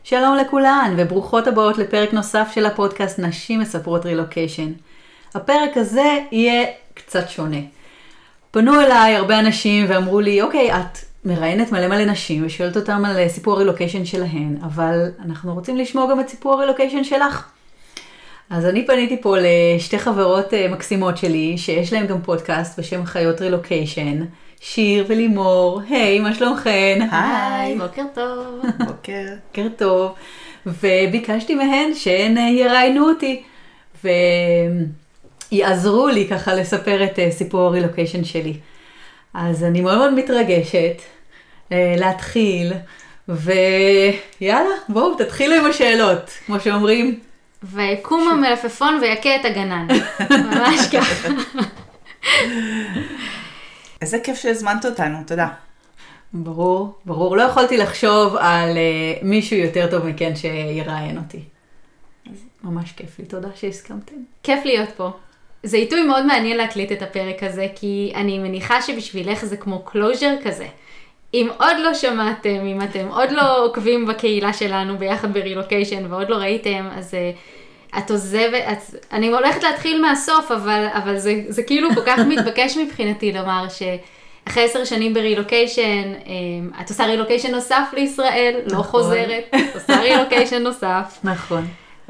שלום לכולן וברוכות הבאות לפרק נוסף של הפודקאסט נשים מספרות רילוקיישן. הפרק הזה יהיה קצת שונה. פנו אליי הרבה אנשים ואמרו לי, אוקיי, את מראיינת מלא נשים ושואלת אותם על סיפור הרילוקיישן שלהן, אבל אנחנו רוצים לשמוע גם את סיפור הרילוקיישן שלך. אז אני פניתי פה לשתי חברות מקסימות שלי, שיש להן גם פודקאסט בשם חיות רילוקיישן, שיר ולימור. היי, מה שלומכן? היי, בוקר טוב. בוקר טוב. וביקשתי מהן שהן יראיינו אותי, ויעזרו לי ככה לספר את סיפור הרילוקיישן שלי. אז אני מאוד מאוד מתרגשת להתחיל, ויאללה, בואו תתחילו עם השאלות, כמו שאומרים. ויקום המלפפון ויקה את הגנן. ממש ככה. איזה כיף שהזמנת אותנו, תודה. ברור, ברור. לא יכולתי לחשוב על מישהו יותר טוב מכן שיראיין אותי. אז ממש כיף לי, תודה שהסכמתם. כיף להיות פה. זה עיתוי מאוד מעניין להקליט את הפרק הזה, כי אני מניחה שבשבילך זה כמו קלוז'ר כזה. אם עוד לא שמעתם, אם אתם עוד לא עוקבים בקהילה שלנו ביחד ברילוקיישן ועוד לא ראיתם, אז את עוזבת, אני הולכת להתחיל מהסוף, אבל זה כאילו כל כך מתבקש מבחינתי לומר שאחרי 10 שנים ברילוקיישן, את עושה רילוקיישן נוסף לישראל, לא חוזרת, עושה רילוקיישן נוסף. נכון.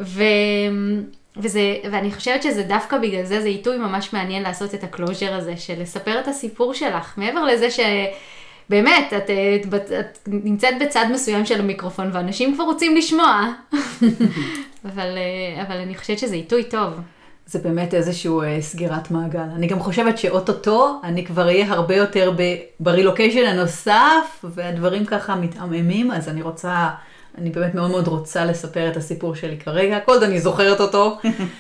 ואני חושבת שזה דווקא בגלל זה, זה עיתוי ממש מעניין לעשות את הקלוז'ר הזה, של לספר את הסיפור שלך, מעבר לזה באמת, את נמצאת בצד מסוים של המיקרופון, ואנשים כבר רוצים לשמוע. אבל אני חושבת שזה עיתוי טוב. זה באמת איזשהו סגירת מעגל. אני גם חושבת שאוטוטו, אני כבר אהיה הרבה יותר ברילוקיישן הנוסף, והדברים ככה מתעממים, אז אני באמת מאוד מאוד רוצה לספר את הסיפור שלי כרגע. כל עוד אני זוכרת אותו.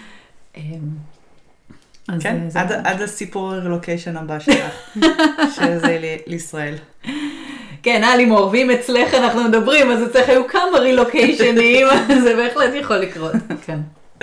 כן, עד הסיפור הרילוקיישן הבא שלך, שזה לישראל. כן, לימור, ואם אצלך אנחנו מדברים, אז אצלך היו כמה רילוקיישנים, זה בהחלט יכול לקרות. כן.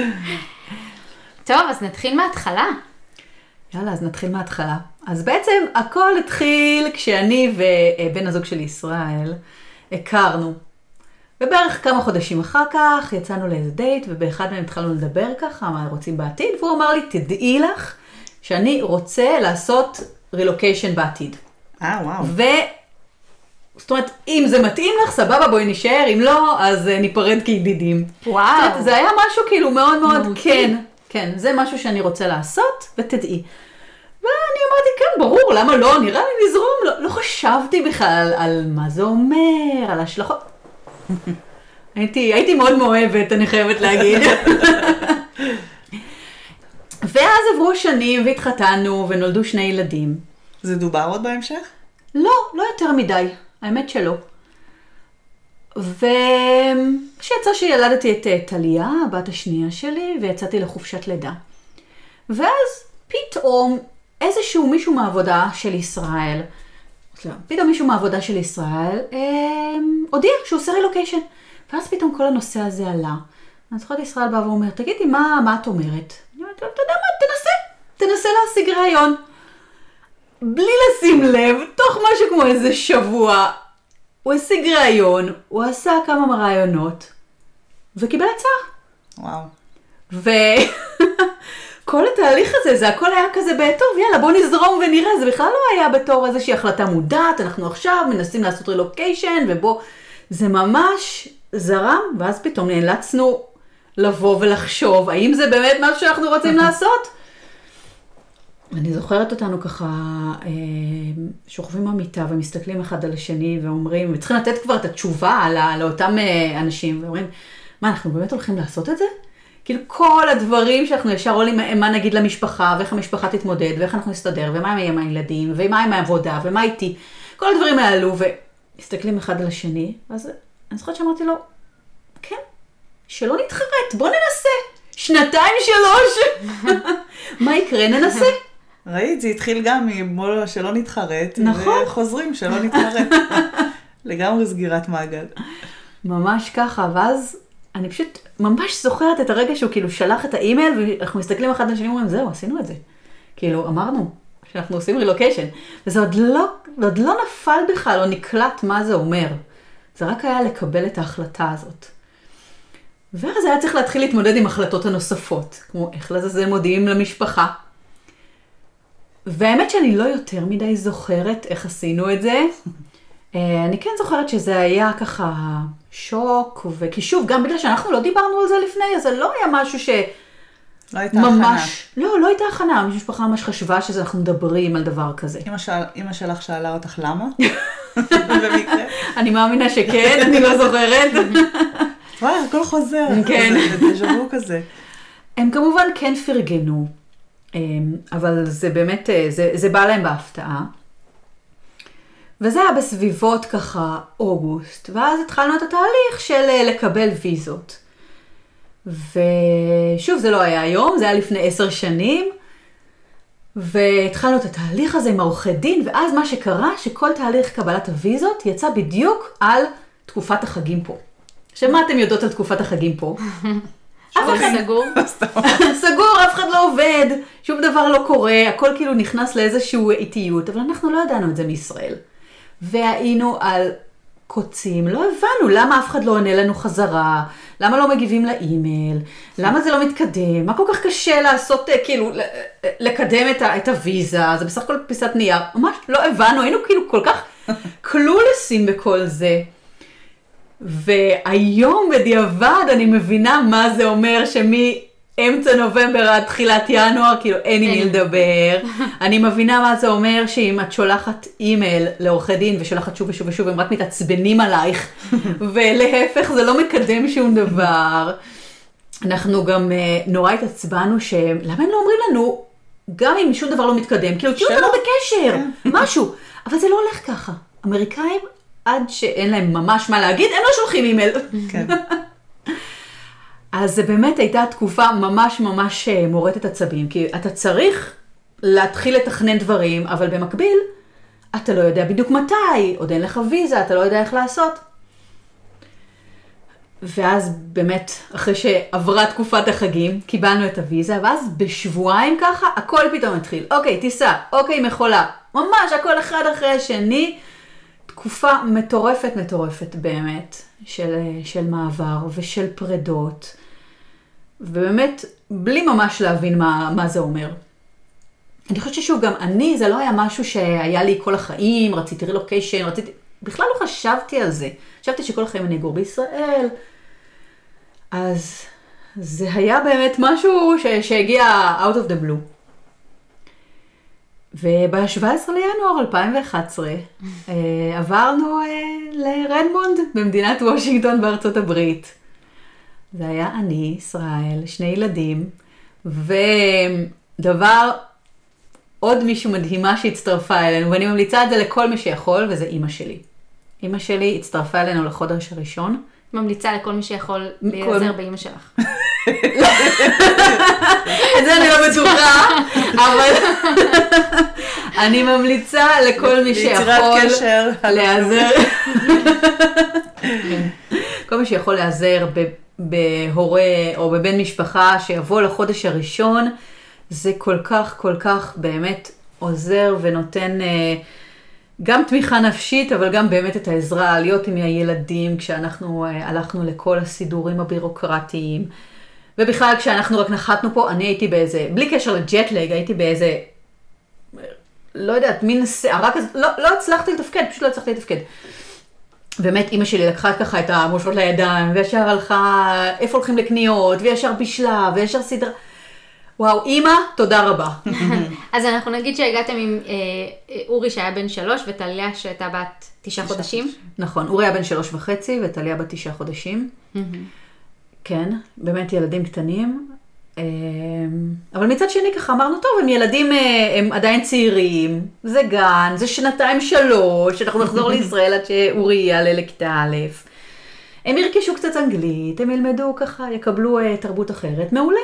טוב, אז נתחיל מההתחלה. יאללה, אז נתחיל מההתחלה. אז בעצם הכל התחיל כשאני ובן הזוג של ישראל הכרנו. ובערך כמה חודשים אחר כך יצאנו לאיזה דייט, ובאחד מהם התחלנו לדבר ככה, מה רוצים בעתיד, והוא אמר לי, תדעי לך שאני רוצה לעשות רילוקיישן בעתיד. וואו. זאת אומרת, אם זה מתאים לך, סבבה, בואי נשאר, אם לא, אז ניפרד כידידים. וואו. זאת אומרת, זה היה משהו כאילו מאוד מאוד, כן, זה משהו שאני רוצה לעשות, ותדעי. ואני אמרתי, כן, ברור, למה לא? נראה לי נזרום, לא חשבתי בכלל על מה זה אומר, על השלכות. הייתי מאוד מאוהבת, אני חייבת להגיד. ואז עברו שנים והתחתנו ונולדו 2 ילדים. זה דובר עוד בהמשך? לא יותר מדי, האמת שלא. ושיצא שילדתי את טליה, הבת השנייה שלי, ויצאתי לחופשת לידה. ואז פתאום מישהו מהעבודה של ישראל, הודיע שהוא עושה רילוקיישן. ואז פתאום כל הנושא הזה עלה. אז זוכרת ישראל בא ואומר, תגידי, מה את אומרת? אני אומרת, אתה יודע מה, תנסה להשיג רעיון. בלי לשים לב, תוך משהו כמו איזה שבוע, הוא השיג רעיון, הוא עשה כמה רעיונות, וקיבל הצעה. וואו. כל התהליך הזה, זה הכל היה כזה טוב, יאללה, בוא נזרום ונראה, זה בכלל לא היה בתור איזושהי החלטה מודעת, אנחנו עכשיו מנסים לעשות רילוקיישן, זה ממש זרם, ואז פתאום נאלצנו לבוא ולחשוב, האם זה באמת משהו שאנחנו רוצים לעשות? אני זוכרת אותנו ככה, שוכבים במיטה ומסתכלים אחד על השני ואומרים, וצריכים לתת כבר את התשובה לאותם אנשים, ואומרים, מה, אנחנו באמת הולכים לעשות את זה? כאילו כל הדברים שאנחנו ישר עולים, מה נגיד למשפחה, ואיך המשפחה תתמודד, ואיך אנחנו נסתדר, ומה עם הילדים, ומה עם העבודה, ומה איתי, כל הדברים האלו, ומסתכלים אחד על השני, אז אני זוכרת שאמרתי לו, כן, שלא נתחרט, בוא ננסה, 2-3, מה יקרה, ננסה. ראית, זה התחיל גם מבוא שלא נתחרט, נכון. וחוזרים שלא נתחרט. לגמרי סגירת מעגל. ממש ככה, ואז אני פשוט ממש זוכרת את הרגע שהוא כאילו שלח את האימייל, ואנחנו מסתכלים אחד על השני ואומרים, זהו, עשינו את זה. כאילו, אמרנו שאנחנו עושים רילוקיישן, וזה עוד לא נפל בכלל, או נקלט מה זה אומר. זה רק היה לקבל את ההחלטה הזאת. ואז היה צריך להתחיל להתמודד עם החלטות הנוספות, כמו איך לזה מודיעים למשפחה. והאמת שאני לא יותר מדי זוכרת איך עשינו את זה. אני כן זוכרת שזה היה ככה שוק, וכי שוב, גם בגלל שאנחנו לא דיברנו על זה לפני, אז זה לא היה משהו ש... לא הייתה הכנה. לא הייתה הכנה. המשפחה ממש חשבה שאנחנו מדברים על דבר כזה. אמא שלך שאלה אותך למה? במקרה? אני מאמינה שכן, אני לא זוכרת. וואי, הכל חוזר. כן. זה דז'ה וו כזה. הם כמובן כן פרגנו, אבל זה באמת, זה בא להם בהפתעה. וזה היה בסביבות ככה אוגוסט, ואז התחלנו את התהליך של לקבל ויזות. ושוב, זה לא היה היום, זה היה לפני 10 שנים, והתחלנו את התהליך הזה עם העורכי דין, ואז מה שקרה, שכל תהליך קבלת הוויזות יצא בדיוק על תקופת החגים פה. עכשיו, מה אתם יודעות על תקופת החגים פה? סגור. סגור, אף אחד לא עובד, שום דבר לא קורה, הכל כאילו נכנס לאיזשהו איטיות, אבל אנחנו לא ידענו את זה מישראל. והיינו על קוצים, לא הבנו למה אף אחד לא עונה לנו חזרה, למה לא מגיבים לאימייל, למה זה לא מתקדם, מה כל כך קשה לעשות, כאילו, לקדם את הוויזה, זה בסך הכל פיסת נייר, ממש לא הבנו, היינו כאילו כל כך קלולסים בכל זה. והיום בדיעבד אני מבינה מה זה אומר מאמצע נובמבר עד תחילת ינואר, כאילו אין עם מי לדבר. אני מבינה מה זה אומר שאם את שולחת אימייל לעורכי דין ושולחת שוב ושוב ושוב, הם רק מתעצבנים עלייך, ולהפך זה לא מקדם שום דבר. אנחנו גם נורא התעצבנו למה הם לא אומרים לנו, גם אם שום דבר לא מתקדם, כאילו תהיו אותנו בקשר, משהו. אבל זה לא הולך ככה. אמריקאים, עד שאין להם ממש מה להגיד, הם לא שולחים אימייל. כן. אז זה באמת הייתה תקופה ממש ממש מורטת עצבים, כי אתה צריך להתחיל לתכנן דברים, אבל במקביל, אתה לא יודע בדיוק מתי, עוד אין לך ויזה, אתה לא יודע איך לעשות. ואז באמת, אחרי שעברה תקופת החגים, קיבלנו את הוויזה, ואז בשבועיים ככה, הכל פתאום התחיל. אוקיי, טיסה, אוקיי, מחולה. ממש, הכל אחד אחרי השני. תקופה מטורפת באמת, של מעבר ושל פרדות. ובאמת, בלי ממש להבין מה זה אומר. אני חושבת ששוב, גם אני, זה לא היה משהו שהיה לי כל החיים, רציתי רילוקיישן, בכלל לא חשבתי על זה. חשבתי שכל החיים אני אגור בישראל. אז זה היה באמת משהו שהגיע out of the blue. וב-17 לינואר 2011 עברנו לרדמונד במדינת וושינגטון בארצות הברית. זה היה אני, ישראל, 2 ילדים, ודבר, עוד מישהו מדהימה שהצטרפה אלינו, ואני ממליצה את זה לכל מי שיכול, וזה אמא שלי. אמא שלי הצטרפה אלינו לחודש הראשון. ממליצה לכל מי שיכול להיעזר באמא שלך. את זה אני לא בטוחה, אבל אני ממליצה לכל מי שיכול להיעזר. כל מי שיכול להיעזר בהורה או בבן משפחה שיבוא לחודש הראשון, זה כל כך באמת עוזר ונותן גם תמיכה נפשית, אבל גם באמת את העזרה, להיות עם הילדים כשאנחנו הלכנו לכל הסידורים הבירוקרטיים. ובכלל כשאנחנו רק נחתנו פה, אני הייתי באיזה, בלי קשר לג'טלג, הייתי באיזה, לא יודעת, מין שערה כזה, לא הצלחתי לתפקד, פשוט לא הצלחתי לתפקד. באמת אמא שלי לקחה ככה את המושבות לידיים, וישר הלכה, איפה הולכים לקניות, וישר בישלה, וישר סדרה. וואו, אמא, תודה רבה. אז אנחנו נגיד שהגעתם עם אורי שהיה בן 3 וטליה שהייתה בת 9 חודשים. נכון, אורי היה בן 3.5 וטליה בת 9 חודשים. כן, באמת ילדים קטנים. אבל מצד שני ככה אמרנו, טוב, הם ילדים, הם עדיין צעירים, זה גן, זה 2-3, שאנחנו נחזור לישראל עד שאורי יעלה לכיתה א'. הם ירגישו קצת אנגלית, הם ילמדו ככה, יקבלו תרבות אחרת, מעולה.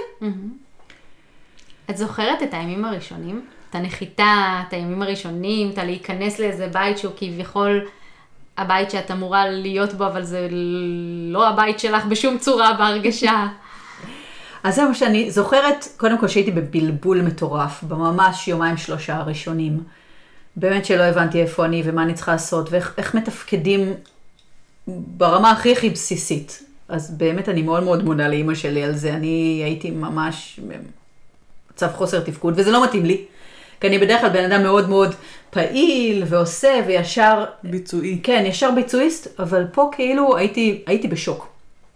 את זוכרת את הימים הראשונים? את הנחיתה, את הימים הראשונים, את להיכנס לאיזה בית שהוא כביכול הבית שאת אמורה להיות בו, אבל זה לא הבית שלך בשום צורה בהרגשה. אז זה מה שאני זוכרת, קודם כל שהייתי בבלבול מטורף, בממש 2-3 הראשונים. באמת שלא הבנתי איפה אני ומה אני צריכה לעשות, ואיך מתפקדים ברמה הכי בסיסית. אז באמת אני מאוד מאוד מודה לאמא שלי על זה. אני הייתי ממש במצב חוסר תפקוד, וזה לא מתאים לי. כי אני בדרך כלל בן אדם מאוד מאוד פעיל ועושה וישר... ביצועי. כן, ישר ביצועיסט, אבל פה כאילו הייתי בשוק.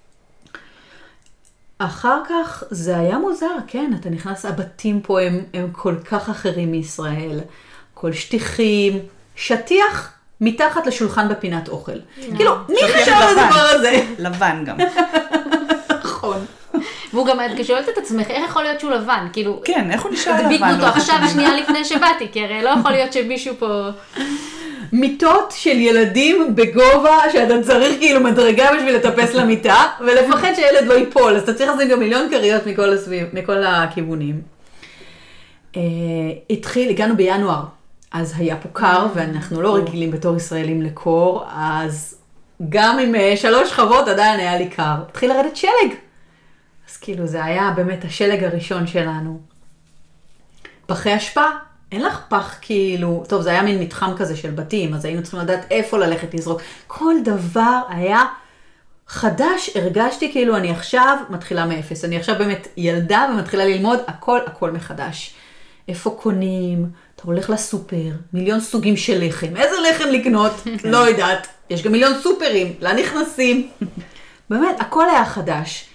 אחר כך זה היה מוזר, כן, אתה נכנס, הבתים פה הם כל כך אחרים מישראל. כל שטיחים, שטיח מתחת לשולחן בפינת אוכל. כאילו, מי חשב על הדבר הזה? לבן גם. נכון. והוא גם, את שואלת את עצמך, איך יכול להיות שהוא לבן? כאילו, כן, איך הוא נשאר לבן? הדביקו אותו עכשיו שנייה לפני שבאתי, כי הרי לא יכול להיות שמישהו פה... מיטות של ילדים בגובה שאתה צריך כאילו מדרגה בשביל לטפס למיטה, ולפחד שילד לא ייפול, אז אתה צריך לשים גם מיליון קריות מכל הכיוונים. הגענו בינואר, אז היה פה קר, ואנחנו לא רגילים בתור ישראלים לקור, אז גם עם 3 שכבות עדיין היה לי קר. התחיל לרדת שלג. אז כאילו זה היה באמת השלג הראשון שלנו. פחי אשפה, אין לך פח כאילו, טוב זה היה מין מתחם כזה של בתים, אז היינו צריכים לדעת איפה ללכת לזרוק. כל דבר היה חדש, הרגשתי כאילו אני עכשיו מתחילה מאפס. אני עכשיו באמת ילדה ומתחילה ללמוד הכל מחדש. איפה קונים, אתה הולך לסופר, מיליון סוגים של לחם. איזה לחם לקנות? לא יודעת. יש גם מיליון סופרים, לא נכנסים. באמת, הכל היה חדש.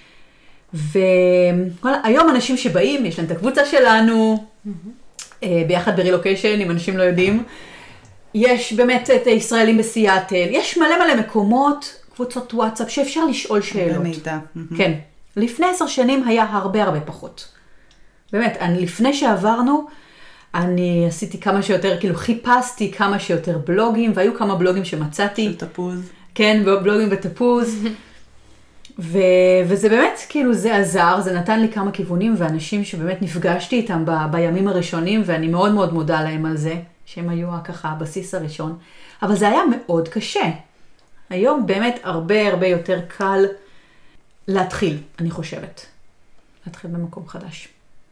והיום אנשים שבאים, יש להם את הקבוצה שלנו, ביחד ברילוקיישן, אם אנשים לא יודעים. יש באמת את הישראלים בסיאטל, יש מלא מקומות, קבוצות וואטסאפ, שאפשר לשאול שאלות. במידע. כן. לפני 10 שנים היה הרבה פחות. באמת, לפני שעברנו, אני עשיתי כמה שיותר, כאילו חיפשתי כמה שיותר בלוגים, והיו כמה בלוגים שמצאתי. של תפוז. כן, בלוגים בתפוז. וזה באמת, כאילו זה עזר, זה נתן לי כמה כיוונים, ואנשים שבאמת נפגשתי איתם בימים הראשונים, ואני מאוד מאוד מודה להם על זה, שהם היו ככה הבסיס הראשון. אבל זה היה מאוד קשה. היום באמת הרבה יותר קל להתחיל, אני חושבת. להתחיל במקום חדש.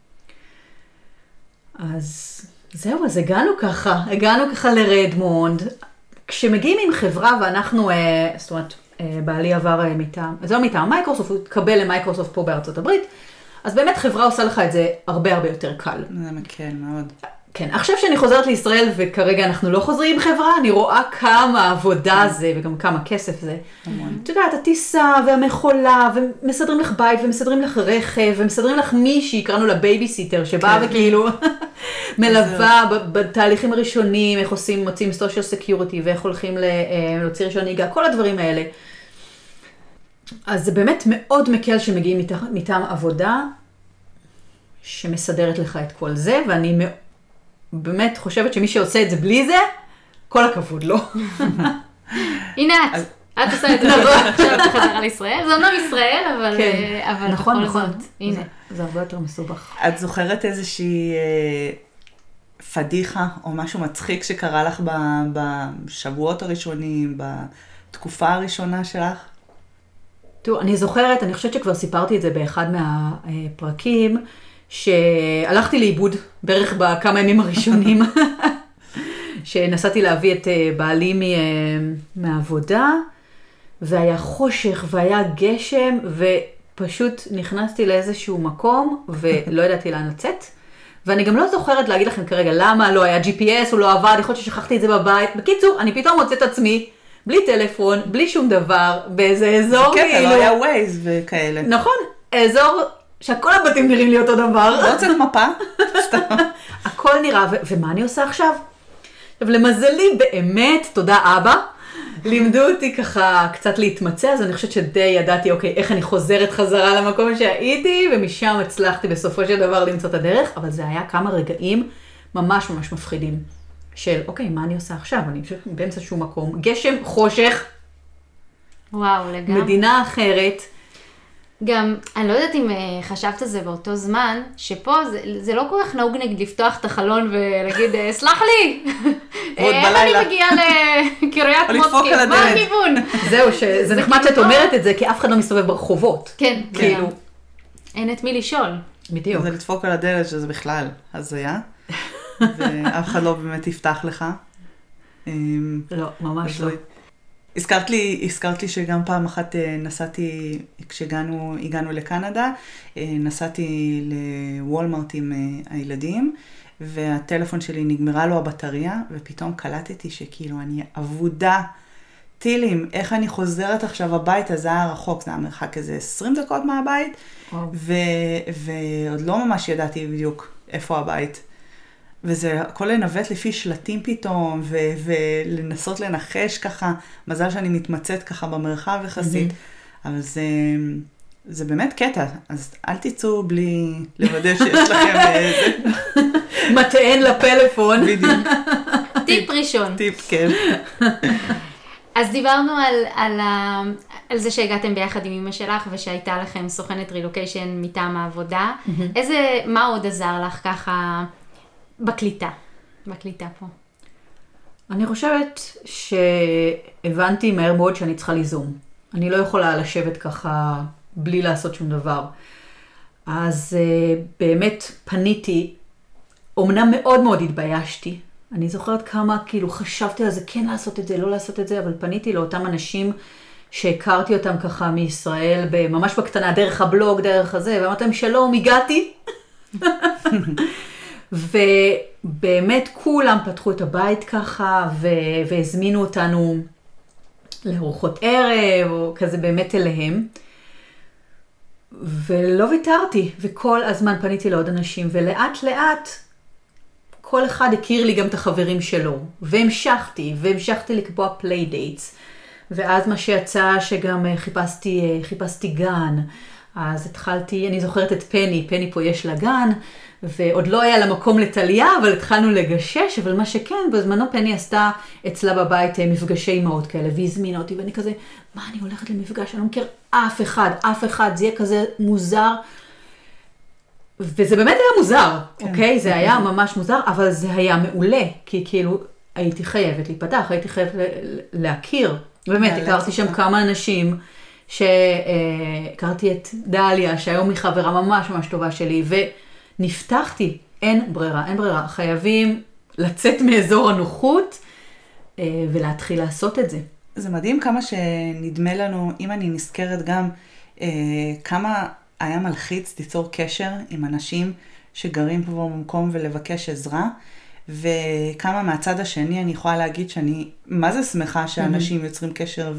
אז זהו, אז הגענו ככה לרדמונד. כשמגיעים עם חברה ואנחנו, זאת אומרת, בעלי עבר מטעם, זה לא מטעם מייקרוסופט, הוא התקבל למייקרוסופט פה בארצות הברית, אז באמת חברה עושה לך את זה הרבה יותר קל. זה מקל מאוד. כן, עכשיו שאני חוזרת לישראל וכרגע אנחנו לא חוזרים עם חברה, אני רואה כמה עבודה זה וגם כמה כסף זה. את יודעת, הטיסה והמחולה, ומסדרים לך בית ומסדרים לך רכב, ומסדרים לך מישהי, קראנו לה בייביסיטר, שבאה וכאילו מלווה בתהליכים הראשונים, איך מוצאים סושיאל סקיוריטי, ואיך הולכים להוציא רישיון נהיגה, כל הדברים האלה. אז זה באמת מאוד מקל שמגיעים מטעם עבודה, שמסדרת לך את כל זה, ואני באמת חושבת שמי שעושה את זה בלי זה, כל הכבוד לו. הנה את עושה את זה עכשיו את חזרה לישראל. זה אומנם ישראל, אבל בכל זאת, הנה. זה הרבה יותר מסובך. את זוכרת איזושהי פדיחה או משהו מצחיק שקרה לך בשבועות הראשונים, בתקופה הראשונה שלך? תראו, אני זוכרת, אני חושבת שכבר סיפרתי את זה באחד מהפרקים, שהלכתי לאיבוד בערך בכמה ימים הראשונים, שנסעתי להביא את בעלי מהעבודה, והיה חושך והיה גשם, ופשוט נכנסתי לאיזשהו מקום, ולא ידעתי לאן לצאת. ואני גם לא זוכרת להגיד לכם כרגע למה לא היה GPS, הוא לא עבד, יכול להיות ששכחתי את זה בבית. בקיצור, אני פתאום מוצאת עצמי, בלי טלפון, בלי שום דבר, באיזה אזור כן, כאילו. לא היה ווייז וכאלה. נכון, אזור שהכל הבתים נראים לי אותו דבר. לא הוצאת מפה? הכל נראה, ומה אני עושה עכשיו? למזלי באמת, תודה אבא, לימדו אותי ככה קצת להתמצא, אז אני חושבת שדי ידעתי, אוקיי, איך אני חוזרת חזרה למקום שהייתי, ומשם הצלחתי בסופו של דבר למצוא את הדרך, אבל זה היה כמה רגעים ממש מפחידים, של אוקיי, מה אני עושה עכשיו? אני חושבת באמצע שום מקום, גשם, חושך, וואו, לגמרי. מדינה אחרת. גם, אני לא יודעת אם חשבת על זה באותו זמן, שפה זה לא כל כך נהוג נגיד לפתוח את החלון ולהגיד, סלח לי, איך אני מגיעה לקריית מוצקין, מה הכיוון? זהו, שזה נחמד שאת אומרת את זה, כי אף אחד לא מסתובב ברחובות. כן, כאילו. אין את מי לשאול. בדיוק. זה לדפוק על הדלת שזה בכלל הזיה, ואף אחד לא באמת יפתח לך. לא, ממש לא. הזכרת לי שגם פעם אחת נסעתי, הגענו לקנדה, נסעתי לוולמרט עם הילדים, והטלפון שלי נגמרה לו הבטריה, ופתאום קלטתי שכאילו אני עבודה טילים, איך אני חוזרת עכשיו הביתה, זה היה רחוק, זה היה מרחק איזה 20 דקות מהבית, ועוד לא ממש ידעתי בדיוק איפה הבית. וזה הכל לנווט לפי שלטים פתאום, ולנסות לנחש ככה, מזל שאני מתמצאת ככה במרחב יחסית, אבל זה באמת קטע, אז אל תצאו בלי לוודא שיש לכם איזה... מטען לפלאפון. בדיוק. טיפ ראשון. טיפ, כן. אז דיברנו על זה שהגעתם ביחד עם אמא שלך, ושהייתה לכם סוכנת רילוקיישן מטעם העבודה. מה עוד עזר לך ככה בקליטה פה? אני חושבת שהבנתי מהר מאוד שאני צריכה ליזום. אני לא יכולה לשבת ככה בלי לעשות שום דבר. אז באמת פניתי, אומנם מאוד מאוד התביישתי. אני זוכרת כמה כאילו חשבתי על זה, כן לעשות את זה, לא לעשות את זה, אבל פניתי לאותם אנשים שהכרתי אותם ככה מישראל, ממש בקטנה, דרך הבלוג, דרך הזה, ואמרתי להם שלום, הגעתי. ובאמת כולם פתחו את הבית ככה, והזמינו אותנו לארוחות ערב, או כזה באמת אליהם. ולא ויתרתי, וכל הזמן פניתי לעוד אנשים, ולאט לאט כל אחד הכיר לי גם את החברים שלו, והמשכתי לקבוע פליידייטס, ואז מה שיצא שגם חיפשתי גן, אז התחלתי, אני זוכרת את פני פה יש לה גן, ועוד לא היה לה מקום לטליה, אבל התחלנו לגשש, אבל מה שכן, בזמנו פני עשתה אצלה בבית מפגשי אמהות כאלה, והזמינה אותי, ואני כזה, מה אני הולכת למפגש? אני לא מכיר אף אחד, זה יהיה כזה מוזר, וזה באמת היה מוזר, אוקיי? זה היה ממש מוזר, אבל זה היה מעולה, כי כאילו הייתי חייבת להיפתח, הייתי חייבת להכיר. באמת, הכרתי שם כמה אנשים, שהכרתי את דליה, שהיום היא חברה ממש ממש טובה שלי, ונפתחתי, אין ברירה, חייבים לצאת מאזור הנוחות, ולהתחיל לעשות את זה. זה מדהים כמה שנדמה לנו, אם אני נזכרת גם, כמה היה מלחיץ ליצור קשר עם אנשים שגרים פה במקום ולבקש עזרה, וכמה מהצד השני אני יכולה להגיד שאני, מה זה שמחה שאנשים יוצרים קשר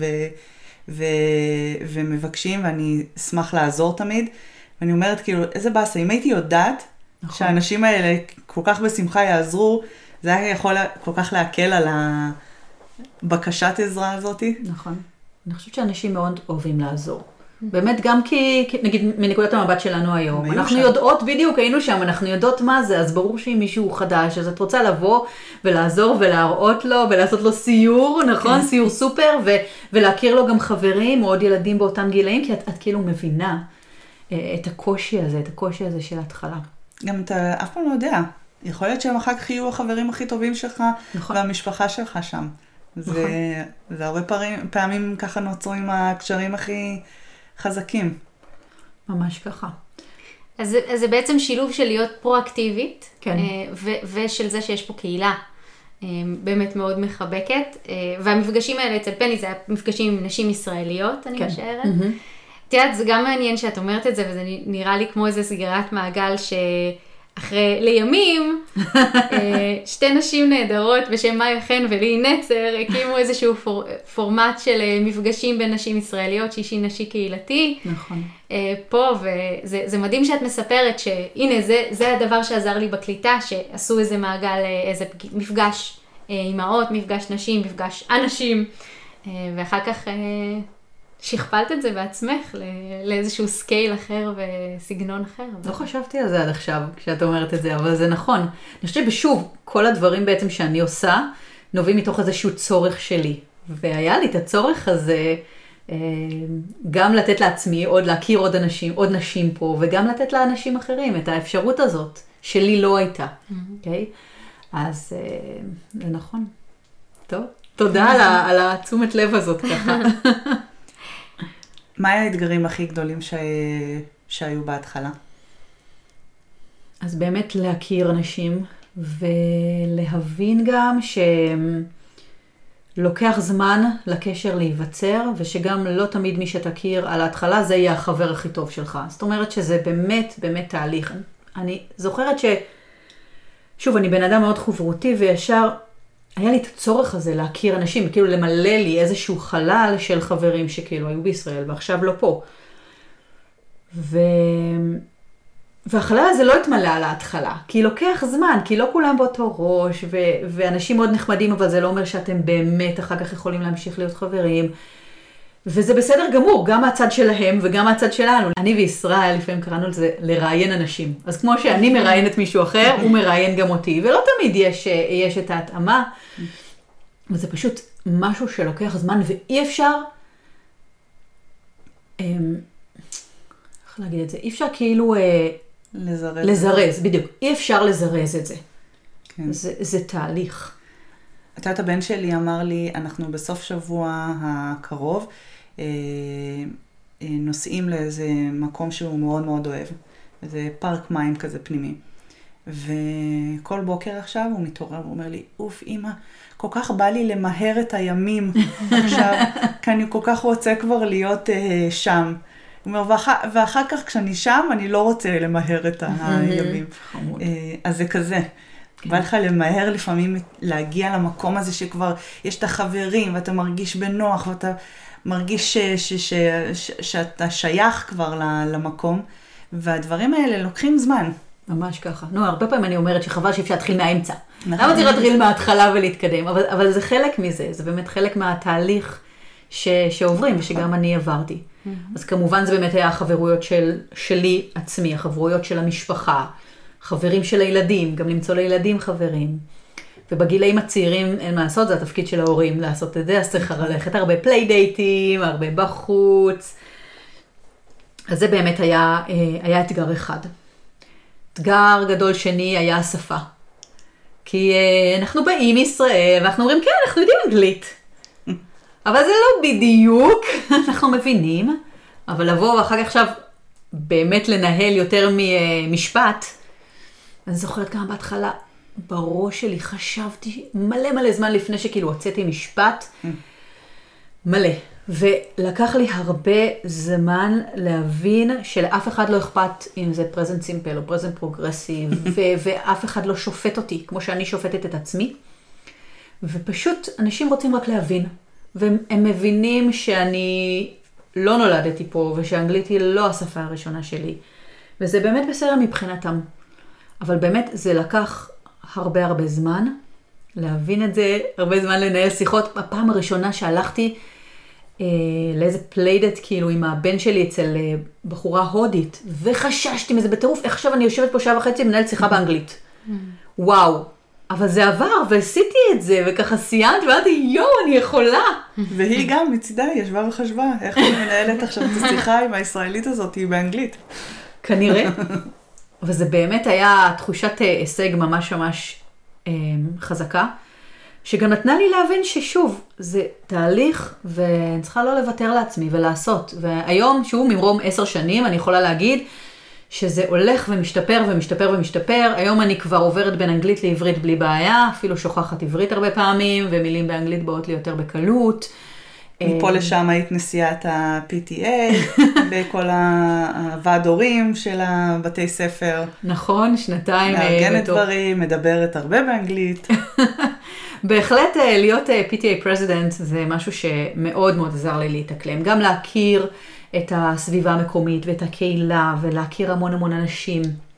ומבקשים, ואני אשמח לעזור תמיד, ואני אומרת כאילו, איזה באסה, אם הייתי יודעת שהאנשים האלה כל כך בשמחה יעזרו, זה היה יכול כל כך להקל על הבקשת עזרה הזאת. נכון. אני חושבת שאנשים מאוד אוהבים לעזור. באמת גם כי, נגיד, מנקודת המבט שלנו היום, אנחנו יודעות בדיוק, היינו שם, אנחנו יודעות מה זה, אז ברור שאם מישהו חדש, אז את רוצה לבוא ולעזור ולהראות לו, ולעשות לו סיור, נכון? סיור סופר, ולהכיר לו גם חברים או עוד ילדים באותם גילאים, כי את כאילו מבינה את הקושי הזה של ההתחלה. גם אתה אף פעם לא יודע, יכול להיות שהם אחר כך יהיו החברים הכי טובים שלך, והמשפחה שלך שם. זה הרבה פעמים ככה נוצרים הקשרים הכי חזקים. ממש ככה. אז זה בעצם שילוב של להיות פרואקטיבית, כן. ושל זה שיש פה קהילה באמת מאוד מחבקת, והמפגשים האלה אצל פני זה היה מפגשים עם נשים ישראליות, אני משערת. תראה, זה גם מעניין שאת אומרת את זה, וזה נראה לי כמו איזה סגירת מעגל אחרי לימים, שתי נשים נהדרות בשם מאיה חן ולי נצר, הקימו איזשהו פורמט של מפגשים בין נשים ישראליות, שישי נשי קהילתי. נכון. פה, וזה מדהים שאת מספרת שהנה, זה הדבר שעזר לי בקליטה, שעשו איזה מעגל, איזה מפגש אימהות, מפגש נשים, מפגש אנשים, ואחר כך שכפלת את זה בעצמך לאיזשהו סקייל אחר וסגנון אחר. לא חשבתי על זה עד עכשיו כשאת אומרת את זה, אבל זה נכון. אני חושבת שבשוב, כל הדברים בעצם שאני עושה, נובעים מתוך איזשהו צורך שלי. והיה לי את הצורך הזה, גם לתת לעצמי, עוד להכיר עוד נשים פה, וגם לתת לאנשים אחרים את האפשרות הזאת, שלי לא הייתה. אוקיי? אז זה נכון. טוב, תודה על התשומת לב הזאת ככה. מה האתגרים הכי גדולים שהיו בהתחלה? אז באמת להכיר אנשים ולהבין גם לוקח זמן לקשר להיווצר, ושגם לא תמיד מי שתכיר על ההתחלה, זה יהיה החבר הכי טוב שלך. זאת אומרת שזה באמת, באמת תהליך. אני זוכרת שוב, אני בן אדם מאוד חברותי, וישר היה לי את הצורך הזה להכיר אנשים, כאילו למלא לי איזשהו חלל של חברים שכאילו היו בישראל, ועכשיו לא פה. והחלל הזה לא התמלא על ההתחלה, כי לוקח זמן, כי לא כולם באותו ראש, ואנשים מאוד נחמדים, אבל זה לא אומר שאתם באמת אחר כך יכולים להמשיך להיות חברים. וזה בסדר גמור, גם מהצד שלהם וגם מהצד שלנו. אני וישראל לפעמים קראנו לזה לראיין אנשים. אז כמו שאני מראיינת מישהו אחר, הוא מראיין גם אותי, ולא תמיד יש את ההתאמה. וזה פשוט משהו שלוקח זמן, ואי אפשר, איך להגיד את זה? אי אפשר כאילו לזרז, בדיוק. אי אפשר לזרז את זה. כן. זה תהליך. את יודעת, הבן שלי אמר לי, אנחנו בסוף שבוע הקרוב נוסעים לאיזה מקום שהוא מאוד מאוד אוהב. איזה פארק מים כזה פנימי. וכל בוקר עכשיו הוא מתעורר ואומר לי, אוף אמא, כל כך בא לי למהר את הימים עכשיו, כי אני כל כך רוצה כבר להיות שם. הוא אומר, ואחר כך כשאני שם, אני לא רוצה למהר את הימים. אז זה כזה. בא לך למהר לפעמים להגיע למקום הזה שכבר יש את החברים, ואתה מרגיש בנוח, ואתה מרגיש שאתה שייך כבר למקום, והדברים האלה לוקחים זמן. ממש ככה. הרבה פעמים אני אומרת שחבל שאפשר להתחיל מהאמצע. למה צריך להתחיל מההתחלה ולהתקדם? אבל זה חלק מזה, זה באמת חלק מהתהליך שעוברים, ושגם אני עברתי. אז כמובן זה באמת היה החברויות שלי עצמי, החברויות של המשפחה, חברים של הילדים, גם למצוא לילדים חברים. ובגילאים הצעירים אין מה לעשות, זה התפקיד של ההורים לעשות את זה, אז צריך ללכת הרבה פליידייטים, הרבה בחוץ. אז זה באמת היה אתגר אחד. אתגר גדול שני היה השפה. כי אנחנו באים מישראל, ואנחנו אומרים, כן, אנחנו יודעים אנגלית. אבל זה לא בדיוק, אנחנו מבינים, אבל לבוא ואחר כך עכשיו באמת לנהל יותר ממשפט, אני זוכרת כמה בהתחלה, בראש שלי חשבתי מלא זמן לפני שכאילו הוצאתי משפט, מלא. ולקח לי הרבה זמן להבין שלאף אחד לא אכפת אם זה present simple או present progressive, ואף אחד לא שופט אותי כמו שאני שופטת את עצמי. ופשוט אנשים רוצים רק להבין. והם מבינים שאני לא נולדתי פה, ושאנגלית היא לא השפה הראשונה שלי. וזה באמת בסדר מבחינתם. אבל באמת זה לקח הרבה זמן להבין את זה, הרבה זמן לנהל שיחות. הפעם הראשונה שהלכתי לאיזה פליידט כאילו עם הבן שלי אצל בחורה הודית, וחששתי מזה בטירוף, איך עכשיו אני יושבת פה שעה וחצי ומנהלת שיחה באנגלית. וואו. אבל זה עבר, ועשיתי את זה, וככה סיימת, ואמרתי, אני יכולה. והיא גם מצידה, ישבה וחשבה, איך אני מנהלת עכשיו את השיחה עם הישראלית הזאת, היא באנגלית. כנראה. וזה באמת היה תחושת הישג ממש חזקה, שגם נתנה לי להבין ששוב, זה תהליך, ואני צריכה לא לוותר לעצמי ולעשות. והיום, שוב, ממרום 10 שנים, אני יכולה להגיד, שזה הולך ומשתפר. היום אני כבר עוברת בין אנגלית לעברית בלי בעיה, אפילו שוכחת עברית הרבה פעמים, ומילים באנגלית באות לי יותר בקלות. מפה לשם היית נשיאת ה-PTA, בכל הוועד הורים של הבתי ספר. נכון, 2 מארגנת דברים, מדברת הרבה באנגלית. בהחלט להיות PTA President זה משהו שמאוד עזר לי להתאקלם. גם להכיר את הסביבה המקומית ואת הקהילה, ולהכיר המון אנשים.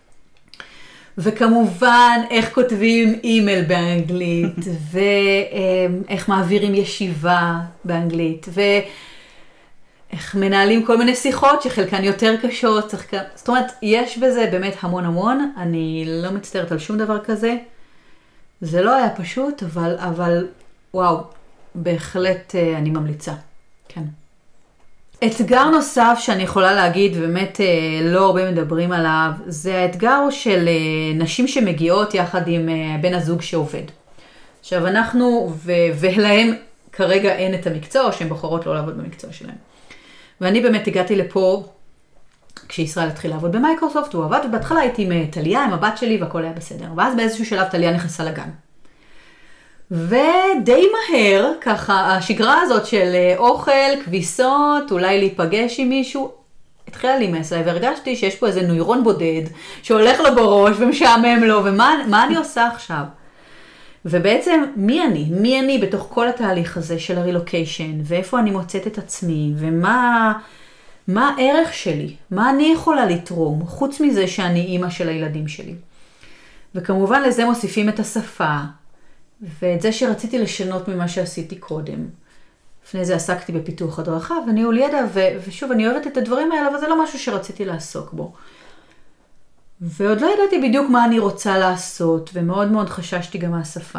וכמובן, איך כותבים אימייל באנגלית, ואיך מעבירים ישיבה באנגלית, ואיך מנהלים כל מיני שיחות שחלקן יותר קשות. זאת אומרת, יש בזה באמת המון. אני לא מצטערת על שום דבר כזה. זה לא היה פשוט, אבל וואו, בהחלט אני ממליצה. כן. אתגר נוסף שאני יכולה להגיד, באמת לא הרבה מדברים עליו, זה האתגר של נשים שמגיעות יחד עם בן הזוג שעובד. עכשיו אנחנו, ולהם כרגע אין את המקצוע, שהן בוחרות לא לעבוד במקצוע שלהם. ואני באמת הגעתי לפה, כשישראל התחיל לעבוד במייקרוסופט, הוא עבד, ובהתחלה הייתי עם טליה, עם הבת שלי, והכל היה בסדר. ואז באיזשהו שלב טליה נכנסה לגן. ודי מהר, ככה, השגרה הזאת של אוכל, כביסות, אולי להיפגש עם מישהו, התחילה להימס עליי, והרגשתי שיש פה איזה נוירון בודד, שהולך לו בראש ומשעמם לו, ומה אני עושה עכשיו? ובעצם, מי אני בתוך כל התהליך הזה של הרילוקיישן, ואיפה אני מוצאת את עצמי, ומה הערך שלי, מה אני יכולה לתרום, חוץ מזה שאני אימא של הילדים שלי. וכמובן לזה מוסיפים את השפה, ואת זה שרציתי לשנות ממה שעשיתי קודם. לפני זה עסקתי בפיתוח הדרכה וניהול ידע, ושוב, אני אוהבת את הדברים האלה, אבל זה לא משהו שרציתי לעסוק בו. ועוד לא ידעתי בדיוק מה אני רוצה לעשות, ומאוד מאוד חששתי גם מהשפה.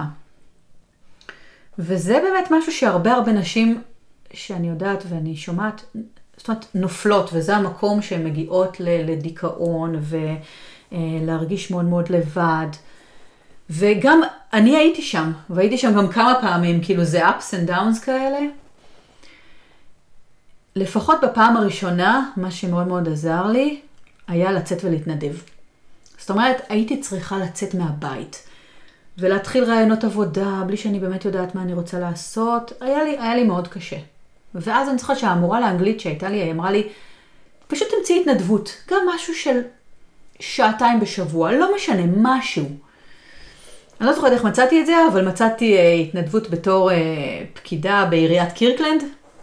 וזה באמת משהו שהרבה נשים, שאני יודעת ואני שומעת, זאת אומרת, נופלות, וזה המקום שהן מגיעות לדיכאון, ולהרגיש מאוד מאוד לבד. וגם אני הייתי שם, והייתי שם גם כמה פעמים, כאילו זה ups and downs כאלה. לפחות בפעם הראשונה, מה שמאוד מאוד עזר לי, היה לצאת ולהתנדב. זאת אומרת, הייתי צריכה לצאת מהבית, ולהתחיל רעיונות עבודה, בלי שאני באמת יודעת מה אני רוצה לעשות, היה לי מאוד קשה. ואז אני צריכה שהמורה לאנגלית שהייתה לי, היא אמרה לי, פשוט תמצאי התנדבות, גם משהו של 2 שעות בשבוע, לא משנה, משהו. אני לא זוכרת איך מצאתי את זה, אבל מצאתי התנדבות בתור פקידה בעיריית קירקלנד.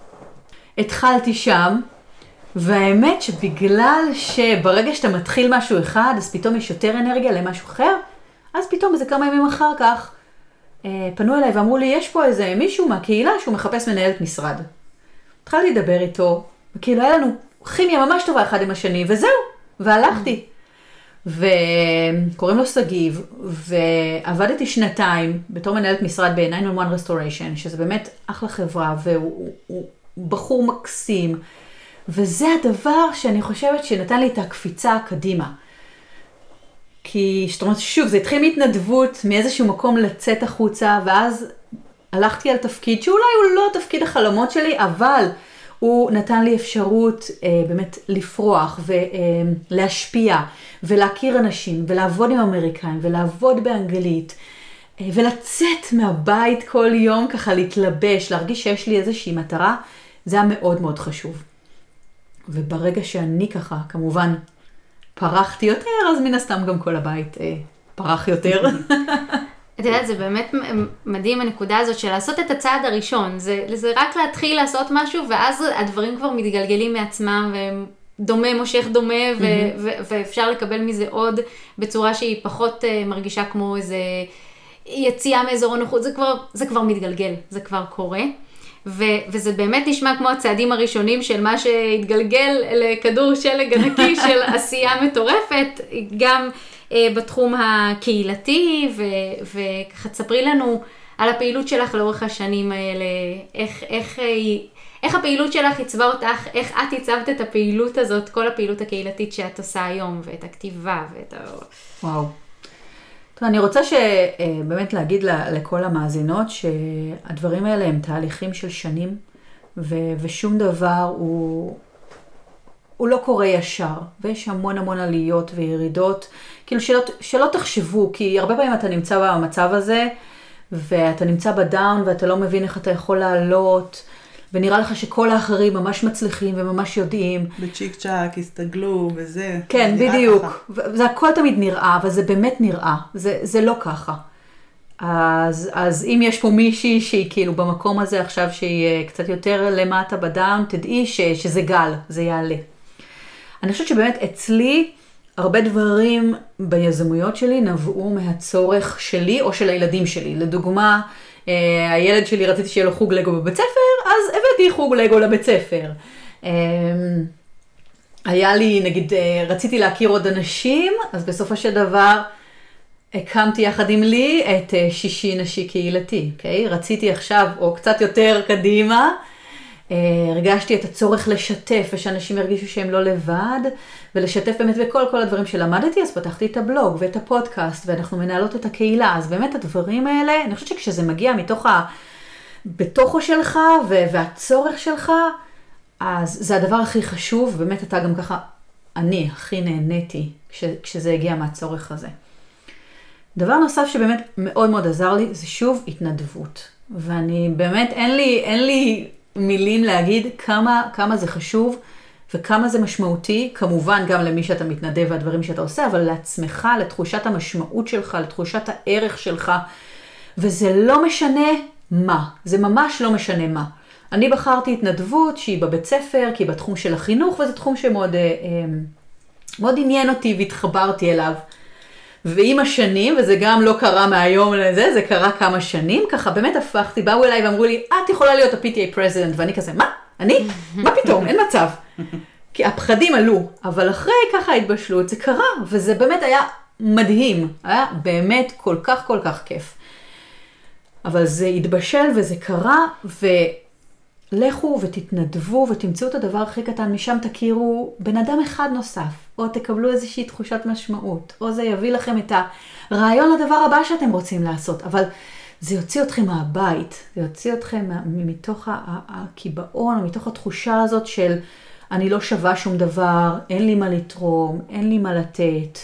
התחלתי שם, והאמת שבגלל שברגע שאתה מתחיל משהו אחד, אז פתאום יש יותר אנרגיה למשהו אחר, אז פתאום איזה כמה ימים אחר כך פנו אליי ואמרו לי, יש פה איזה מישהו מהקהילה שהוא מחפש מנהלת משרד. התחלתי לדבר איתו, וכאילו היה לנו כימיה ממש טובה אחד עם השני, וזהו, והלכתי. וקוראים לו סגיב, ועבדתי 2 בתור מנהלת משרד ב-911 Restoration, שזה באמת אחלה חברה, והוא בחור מקסים, וזה הדבר שאני חושבת שנתן לי את הקפיצה קדימה. כי, זאת אומרת, שוב, זה התחיל מהתנדבות, מאיזשהו מקום לצאת החוצה, ואז הלכתי על תפקיד שאולי הוא לא תפקיד החלומות שלי, אבל הוא נתן לי אפשרות באמת לפרוח ולהשפיע ולהכיר אנשים ולעבוד עם אמריקאים ולעבוד באנגלית ולצאת מהבית כל יום ככה להתלבש, להרגיש שיש לי איזושהי מטרה, זה היה מאוד מאוד חשוב. וברגע שאני ככה כמובן פרחתי יותר, אז מן הסתם גם כל הבית פרח יותר. את יודעת, זה באמת מדהים הנקודה הזאת של לעשות את הצעד הראשון. זה רק להתחיל לעשות משהו, ואז הדברים כבר מתגלגלים מעצמם, ודומה מושך דומה, ואפשר לקבל מזה עוד בצורה שהיא פחות מרגישה כמו איזה יציאה מאזור הנוחות. זה כבר מתגלגל, זה כבר קורה. וזה באמת נשמע כמו הצעדים הראשונים של מה שהתגלגל לכדור שלג ענקי של עשייה מטורפת, גם בתחום הקהילתי, וככה תספרי לנו על הפעילות שלך לאורך השנים האלה, איך הפעילות שלך הצבה אותך, איך את הצבת את הפעילות הזאת, כל הפעילות הקהילתית שאת עושה היום, ואת הכתיבה, ואת וואו. טוב, אני רוצה באמת להגיד לכל המאזינות שהדברים האלה הם תהליכים של שנים, ושום דבר הוא לא קורה ישר, ויש המון עליות וירידות, כאילו שלא תחשבו, כי הרבה פעמים אתה נמצא במצב הזה, ואתה נמצא בדאון, ואתה לא מבין איך אתה יכול לעלות, ונראה לך שכל האחרים ממש מצליחים וממש יודעים. בצ'יק צ'אק, הסתגלו וזה. כן, בדיוק. זה הכל תמיד נראה, אבל זה באמת נראה. זה לא ככה. אז אם יש פה מישהי שהיא כאילו במקום הזה עכשיו שהיא קצת יותר למטה בדאון, תדעי שזה גל, זה יעלה. אני חושבת שבאמת אצלי הרבה דברים ביזמויות שלי נבעו מהצורך שלי או של הילדים שלי. לדוגמה, הילד שלי רציתי שיהיה לו חוג לגו בבית ספר, אז הבאתי חוג לגו לבית ספר. היה לי, נגיד, רציתי להכיר עוד אנשים, אז בסופו של דבר הקמתי יחד עם לי את שישי נשי קהילתי. Okay? רציתי עכשיו, או קצת יותר קדימה, הרגשתי את הצורך לשתף, ושאנשים ירגישו שהם לא לבד, ולשתף באמת בכל הדברים שלמדתי, אז פתחתי את הבלוג ואת הפודקאסט, ואנחנו מנהלות את הקהילה. אז באמת הדברים האלה, אני חושבת שכשזה מגיע בתוכו שלך, והצורך שלך, אז זה הדבר הכי חשוב, באמת אתה גם ככה, אני הכי נהניתי כשזה הגיע מהצורך הזה. דבר נוסף שבאמת מאוד מאוד עזר לי, זה שוב התנדבות. ואני באמת, אין לי מילים להגיד כמה זה חשוב, וכמה זה משמעותי, כמובן גם למי שאתה מתנדב והדברים שאתה עושה, אבל לעצמך, לתחושת המשמעות שלך, לתחושת הערך שלך, וזה לא משנה מה, זה ממש לא משנה מה. אני בחרתי התנדבות שהיא בבית ספר, כי היא בתחום של החינוך, וזה תחום שמאוד מאוד עניין אותי והתחברתי אליו. ועם השנים, וזה גם לא קרה מהיום לזה, זה קרה כמה שנים, ככה באמת הפכתי, באו אליי ואמרו לי, את יכולה להיות ה-PTA president, ואני כזה, מה? אני? מה פתאום? אין מצב. כי הפחדים עלו, אבל אחרי ככה התבשלות, זה קרה, וזה באמת היה מדהים, היה באמת כל כך כיף. אבל זה התבשל וזה קרה, ולכו ותתנדבו ותמצאו את הדבר הכי קטן, משם תכירו בן אדם אחד נוסף, או תקבלו איזושהי תחושת משמעות, או זה יביא לכם את הרעיון לדבר הבא שאתם רוצים לעשות, אבל זה יוציא אתכם מהבית, זה יוציא אתכם מתוך הקיבעון, או מתוך התחושה הזאת של אני לא שווה שום דבר, אין לי מה לתרום, אין לי מה לתת.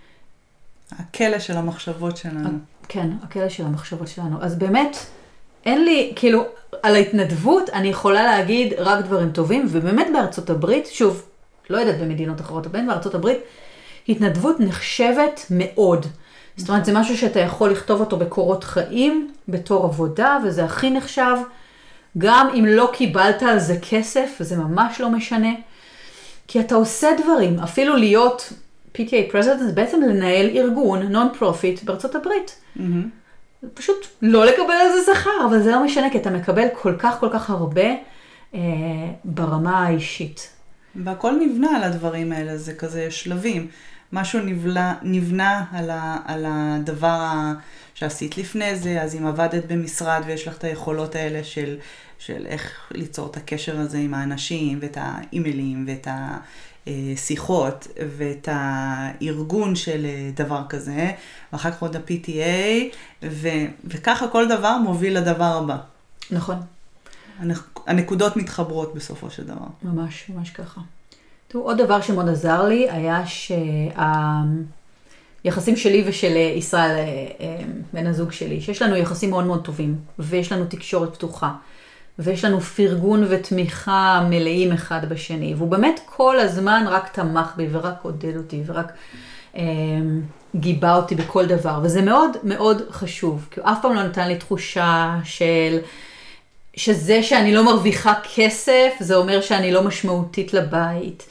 הכלא של המחשבות שלנו. כן, הכלא של המחשבות שלנו. אז באמת, אין לי, כאילו, על ההתנדבות אני יכולה להגיד רק דברים טובים, ובאמת בארצות הברית, שוב, לא יודעת במדינות אחרות, אבל בארצות הברית, התנדבות נחשבת מאוד. זאת אומרת, זה משהו שאתה יכול לכתוב אותו בקורות חיים, בתור עבודה, וזה הכי נחשב. גם אם לא קיבלת על זה כסף, זה ממש לא משנה. כי אתה עושה דברים, אפילו להיות PTA President, זה בעצם לנהל ארגון, non-profit בארצות הברית. פשוט לא לקבל על זה שכר, אבל זה לא משנה, כי אתה מקבל כל כך הרבה ברמה האישית. והכל נבנה על הדברים האלה, זה כזה שלבים. משהו נבנה על הדבר שעשית לפני זה, אז אם עבדת במשרד ויש לך את היכולות האלה של איך ליצור את הקשר הזה עם האנשים, ואת האימיילים, ואת השיחות, ואת הארגון של דבר כזה, ואחר כך עוד ה-PTA, וככה כל דבר מוביל לדבר הבא. נכון. הנקודות מתחברות בסופו של דבר. ממש ככה. עוד דבר שמאוד עזר לי היה שהיחסים שלי ושל ישראל, בן הזוג שלי, שיש לנו יחסים מאוד מאוד טובים, ויש לנו תקשורת פתוחה, ויש לנו פרגון ותמיכה מלאים אחד בשני, והוא באמת כל הזמן רק תמך בי ורק עודד אותי ורק גיבה אותי בכל דבר, וזה מאוד מאוד חשוב, כי הוא אף פעם לא נתן לי תחושה שזה שאני לא מרוויחה כסף, זה אומר שאני לא משמעותית לבית.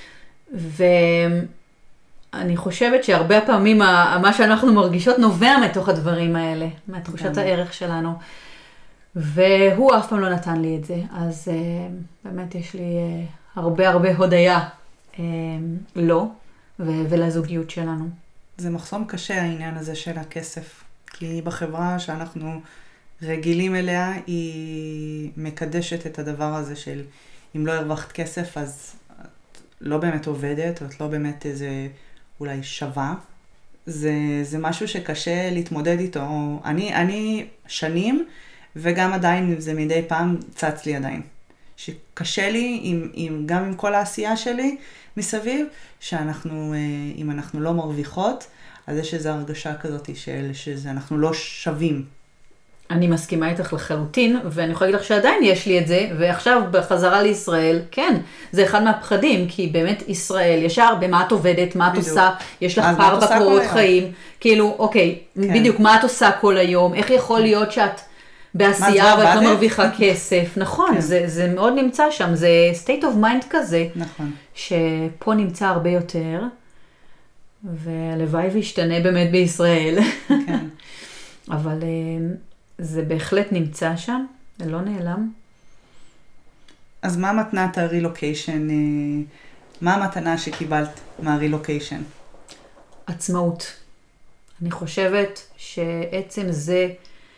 ואני חושבת שהרבה פעמים מה שאנחנו מרגישות נובע מתוך הדברים האלה, מהתחושת הערך שלנו. והוא אף פעם לא נתן לי את זה, אז באמת יש לי הרבה הודיה לו ולזוגיות שלנו. זה מחסום קשה העניין הזה של הכסף, כי בחברה שאנחנו רגילים אליה, היא מקדשת את הדבר הזה של אם לא הרווחת כסף, אז את לא באמת עובדת, או את לא באמת איזה אולי שווה. זה משהו שקשה להתמודד איתו. אני שנים, וגם עדיין זה מדי פעם צץ לי עדיין. שקשה לי, גם עם כל העשייה שלי מסביב, אם אנחנו לא מרוויחות, אז יש איזו הרגשה כזאת שאנחנו לא שווים. אני מסכימה איתך לחלוטין, ואני יכולה להגיד לך שעדיין יש לי את זה, ועכשיו בחזרה לישראל, כן, זה אחד מהפחדים, כי באמת ישראל, ישר במה את עובדת, מה את עושה, יש לך פער בקורות חיים, כאילו, אוקיי, בדיוק, מה את עושה כל היום, איך יכול להיות שאת בעשייה ואת לא מרוויחה כסף, נכון, זה מאוד נמצא שם, זה state of mind כזה, שפה נמצא הרבה יותר, והלוואי וישתנה באמת בישראל, אבל זה בהחלט נמצא שם, זה לא נעלם. אז מה מתנת הרילוקיישן, מה המתנה שקיבלת מהרילוקיישן? עצמאות. אני חושבת שעצם זה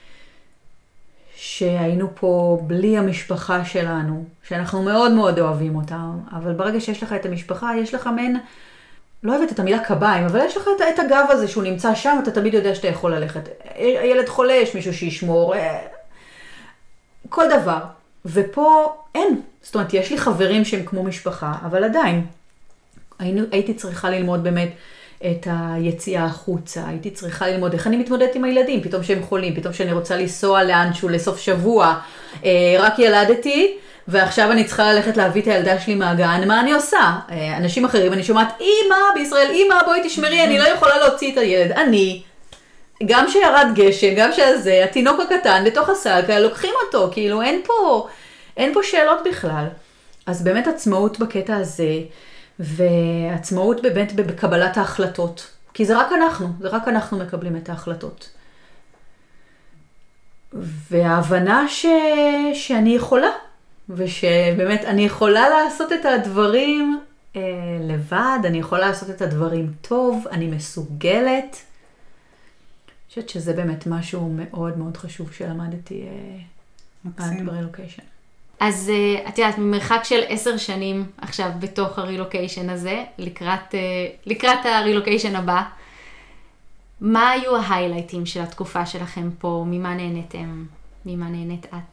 שהיינו פה בלי המשפחה שלנו, שאנחנו מאוד מאוד אוהבים אותה, אבל ברגע שיש לך את המשפחה, יש לך מעין, לא אוהבת את המילה קביים, אבל יש לך את הגב הזה שהוא נמצא שם, אתה תמיד יודע שאתה יכול ללכת. הילד חולה, יש מישהו שישמור, כל דבר. ופה אין. זאת אומרת, יש לי חברים שהם כמו משפחה, אבל עדיין, הייתי צריכה ללמוד באמת את היציאה החוצה, הייתי צריכה ללמוד איך אני מתמודדת עם הילדים, פתאום שהם חולים, פתאום שאני רוצה לנסוע לאנשהו לסוף שבוע, רק ילדתי, ועכשיו אני צריכה ללכת להביא את הילדה שלי מהגן, מה אני עושה? אנשים אחרים, אני שומעת, אמא בישראל, אמא בואי תשמרי, אני לא יכולה להוציא את הילד, אני, גם שירד גשם, גם שזה, התינוק הקטן לתוך הסל, לוקחים אותו, כאילו אין פה שאלות בכלל. אז באמת עצמאות בקטע הזה, ועצמאות באמת בקבלת ההחלטות. כי זה רק אנחנו מקבלים את ההחלטות. וההבנה שאני יכולה, ושבאמת אני יכולה לעשות את הדברים לבד, אני יכולה לעשות את הדברים טוב, אני מסוגלת. אני חושבת שזה באמת משהו מאוד מאוד חשוב שלמדתי ברילוקיישן. אז את יודעת, ממרחק של 10 שנים עכשיו בתוך הרילוקיישן הזה, לקראת הרילוקיישן הבא, מה היו ההיילייטים של התקופה שלכם פה? ממה נהניתם? ממה נהנית את?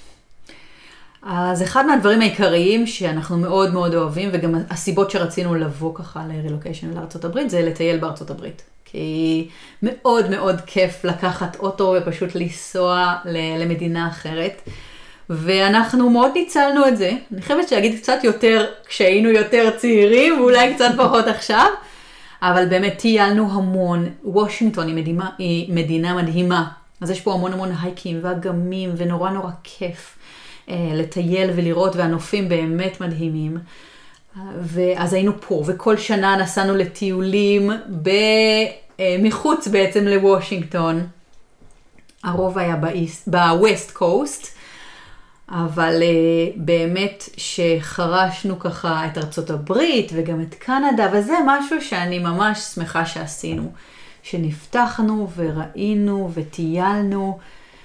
אז אחד מהדברים העיקריים שאנחנו מאוד מאוד אוהבים, וגם הסיבות שרצינו לבוא ככה לרילוקיישן לארצות הברית, זה לטייל בארצות הברית. כי מאוד מאוד כיף לקחת אוטו ופשוט לנסוע למדינה אחרת. ואנחנו מאוד ניצלנו את זה. אני חושבת להגיד קצת יותר כשהיינו יותר צעירים, ואולי קצת פחות עכשיו. אבל באמת טיילנו המון. וושינגטון היא מדינה מדהימה. אז יש פה המון הייקים ואגמים, ונורא נורא כיף לטייל ולראות, והנופים באמת מדהימים. ואז היינו פה, וכל שנה נסענו לטיולים מחוץ בעצם לוושינגטון. הרוב היה בווסט קוסט. אבל באמת שחרשנו ככה את ארצות הברית וגם את קנדה, וזה משהו שאני ממש שמחה שעשינו. שנפתחנו וראינו וטיילנו,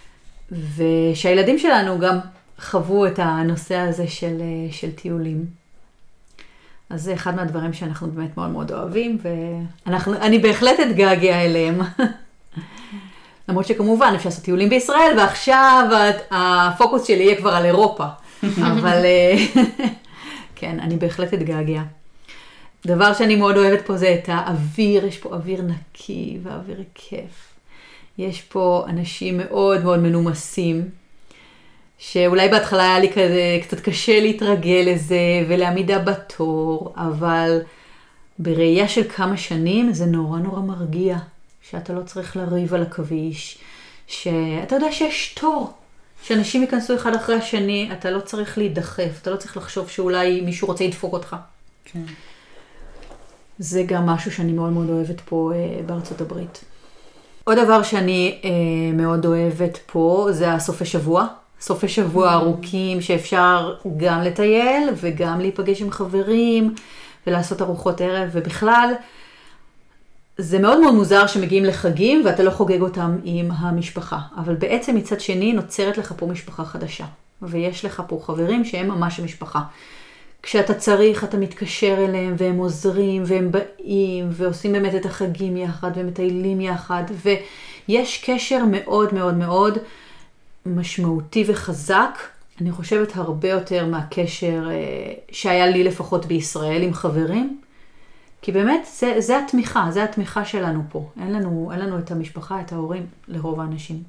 ושהילדים שלנו גם חוו את הנושא הזה של טיולים. אז זה אחד מהדברים שאנחנו באמת מאוד מאוד אוהבים, ואני בהחלט אתגעגע אליהם. למרות שכמובן אפשר לעשות טיולים בישראל, ועכשיו הפוקוס שלי יהיה כבר על אירופה. אבל כן, אני בהחלט אתגעגע. דבר שאני מאוד אוהבת פה זה את האוויר, יש פה אוויר נקי ואוויר כיף. יש פה אנשים מאוד מאוד מנומסים, שאולי בהתחלה היה לי כזה קצת קשה להתרגל לזה ולעמידה בתור, אבל בראייה של כמה שנים זה נורא נורא מרגיע. שאתה לא צריך לריב על הכביש, שאתה יודע שיש תור, שאנשים ייכנסו אחד אחרי השני, אתה לא צריך להידחף, אתה לא צריך לחשוב שאולי מישהו רוצה לדפוק אותך. כן. זה גם משהו שאני מאוד מאוד אוהבת פה בארצות הברית. עוד דבר שאני מאוד אוהבת פה, זה הסופי שבוע. סופי שבוע ארוכים שאפשר גם לטייל וגם להיפגש עם חברים ולעשות ארוחות ערב, ובכלל זה מאוד מאוד מוזר שמגיעים לחגים ואתה לא חוגג אותם עם המשפחה. אבל בעצם מצד שני נוצרת לך פה משפחה חדשה. ויש לך פה חברים שהם ממש המשפחה. כשאתה צריך אתה מתקשר אליהם והם עוזרים והם באים ועושים באמת את החגים יחד ומטיילים יחד. ויש קשר מאוד מאוד מאוד משמעותי וחזק. אני חושבת הרבה יותר מהקשר שהיה לי לפחות בישראל עם חברים. כי באמת זה התמיכה שלנו פה. אין לנו את המשפחה, את ההורים, לרוב האנשים.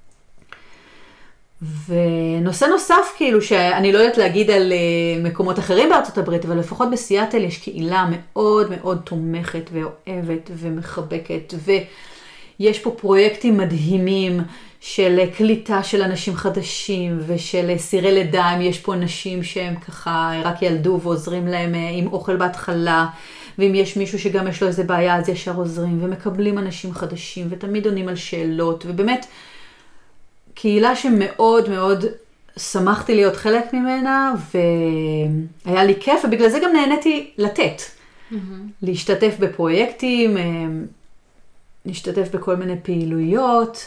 ונושא נוסף כאילו שאני לא יודעת להגיד על מקומות אחרים בארצות הברית, אבל לפחות בסיאטל יש קהילה מאוד מאוד תומכת ואוהבת ומחבקת, ויש פה פרויקטים מדהימים של קליטה של אנשים חדשים ושל סירי לידה. יש פה נשים שהם ככה רק ילדו ועוזרים להם עם אוכל בהתחלה, ואם יש מישהו שגם יש לו איזה בעיה, אז ישר עוזרים, ומקבלים אנשים חדשים, ותמיד עונים על שאלות, ובאמת, קהילה שמאוד מאוד שמחתי להיות חלק ממנה, והיה לי כיף, ובגלל זה גם נהניתי לתת. להשתתף בפרויקטים, להשתתף בכל מיני פעילויות.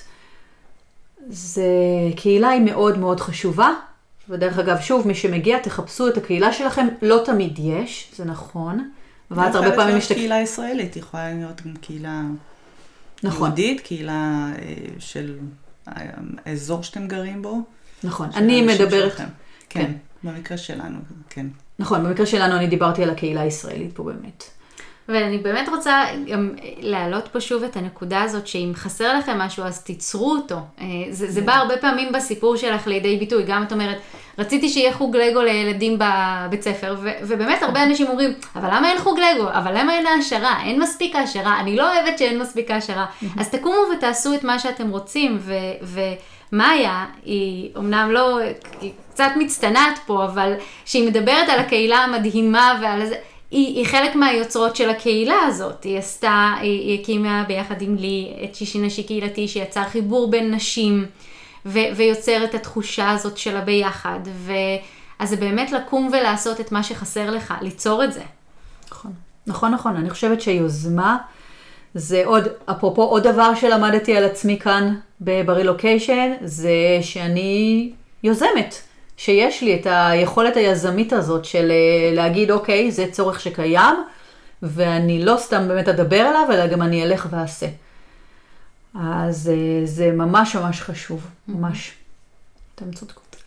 קהילה היא מאוד מאוד חשובה, ודרך אגב, שוב, מי שמגיע, תחפשו את הקהילה שלכם, לא תמיד יש, זה נכון. ואז הרבה פעמים יש קהילה ישראלית, יכולה להיות גם קהילה יהודית, קהילה של האזור שאתם גרים בו. נכון, אני מדברת. כן, במקרה שלנו, כן. נכון, במקרה שלנו אני דיברתי על הקהילה הישראלית פה באמת. ואני באמת רוצה גם להעלות פה שוב את הנקודה הזאת, שאם חסר לכם משהו, אז תיצרו אותו. זה בא הרבה פעמים בסיפור שלך לידי ביטוי. גם את אומרת, רציתי שיהיה חוג לגו לילדים בבית ספר, ובאמת הרבה אנשים אומרים, אבל למה אין חוג לגו? אבל למה אין העשרה? אין מספיק העשרה. אני לא אוהבת שאין מספיק העשרה. אז תקומו ותעשו את מה שאתם רוצים, ומאיה, היא אומנם לא, היא קצת מצטנעת פה, אבל שהיא מדברת על הקהילה המדהימה ועל זה, היא חלק מהיוצרות של הקהילה הזאת. היא הקימה ביחד עם לי את שישי נשי קהילתי, שיצר חיבור בין נשים, ויוצר את התחושה הזאת של הביחד. אז זה באמת לקום ולעשות את מה שחסר לך, ליצור את זה. נכון. אני חושבת שיוזמה, זה אפרופו עוד דבר שלמדתי על עצמי כאן ברילוקיישן, זה שאני יוזמת. שיש לי את היכולת היזמית הזאת של להגיד, אוקיי, זה צורך שקיים, ואני לא סתם באמת אדבר עליו, אלא גם אני אלך ואעשה. אז זה ממש ממש חשוב, ממש. אתם צודקות.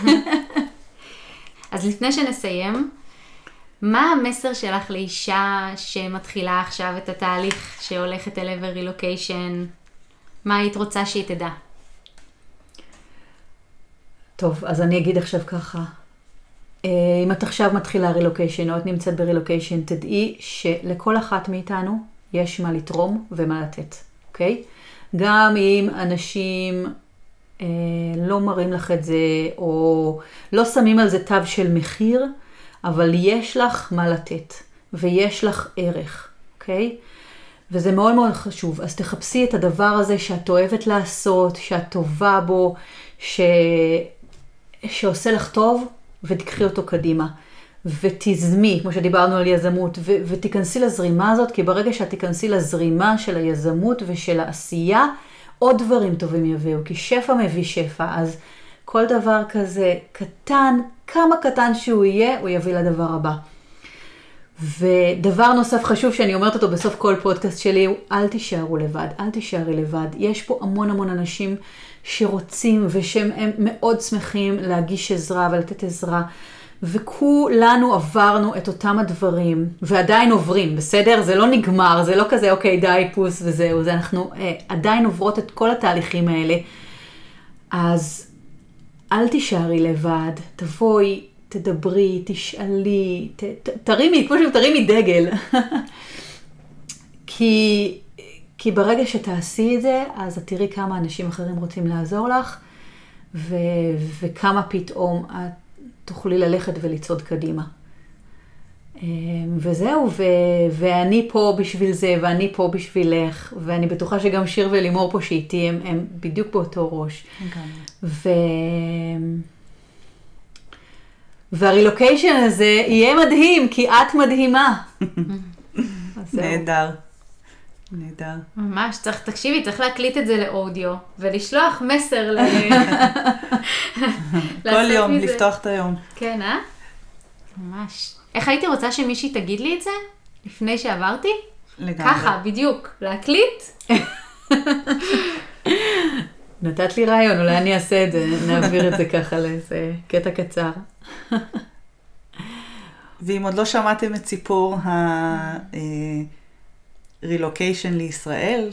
אז לפני שנסיים, מה המסר שלך לאישה שמתחילה עכשיו את התהליך שהולכת אל עבר רילוקיישן? מה היית רוצה שהיא תדע? טוב, אז אני אגיד עכשיו ככה. אם את עכשיו מתחילה רילוקיישן, או את נמצאת ברילוקיישן, תדעי שלכל אחת מאיתנו יש מה לתרום ומה לתת, אוקיי? גם אם אנשים לא מראים לך את זה, או לא שמים על זה תו של מחיר, אבל יש לך מה לתת, ויש לך ערך, אוקיי? וזה מאוד מאוד חשוב. אז תחפשי את הדבר הזה שאת אוהבת לעשות, שאת טובה בו, שעושה לך טוב, ותקחי אותו קדימה. ותזמי, כמו שדיברנו על יזמות, ותיכנסי לזרימה הזאת, כי ברגע שאת תיכנסי לזרימה של היזמות ושל העשייה, עוד דברים טובים יביאו, כי שפע מביא שפע. אז כל דבר כזה קטן, כמה קטן שהוא יהיה, הוא יביא לדבר הבא. ודבר נוסף חשוב שאני אומרת אותו בסוף כל פודקאסט שלי, הוא אל תישארו לבד, אל תישארי לבד. יש פה המון אנשים שרוצים ושהם מאוד שמחים להגיש עזרה ולתת עזרה. וכולנו עברנו את אותם הדברים, ועדיין עוברים, בסדר? זה לא נגמר, זה לא כזה, אוקיי, די, פוס וזהו. זה אנחנו עדיין עוברות את כל התהליכים האלה. אז אל תישארי לבד, תבואי, תדברי, תשאלי, תרימי, כמו שתרימי דגל. כי ברגע שתעשי את זה, אז את תראי כמה אנשים אחרים רוצים לעזור לך, וכמה פתאום את תוכלי ללכת ולצעוד קדימה. וזהו, ואני פה בשביל זה, ואני פה בשבילך, ואני בטוחה שגם שיר ולימור פה שאיתי, הם בדיוק באותו ראש. והרילוקיישן הזה יהיה מדהים, כי את מדהימה. נהדר. נהדר. ממש, תקשיבי, צריך להקליט את זה לאודיו, ולשלוח מסר כל יום, לפתוח את היום. כן, ממש. איך הייתי רוצה שמישהי תגיד לי את זה? לפני שעברתי? לגמרי. ככה, בדיוק. להקליט? נתת לי רעיון, אולי אני אעשה את זה, נעביר את זה ככה לאיזה קטע קצר. ואם עוד לא שמעתם את סיפור רילוקיישן לישראל,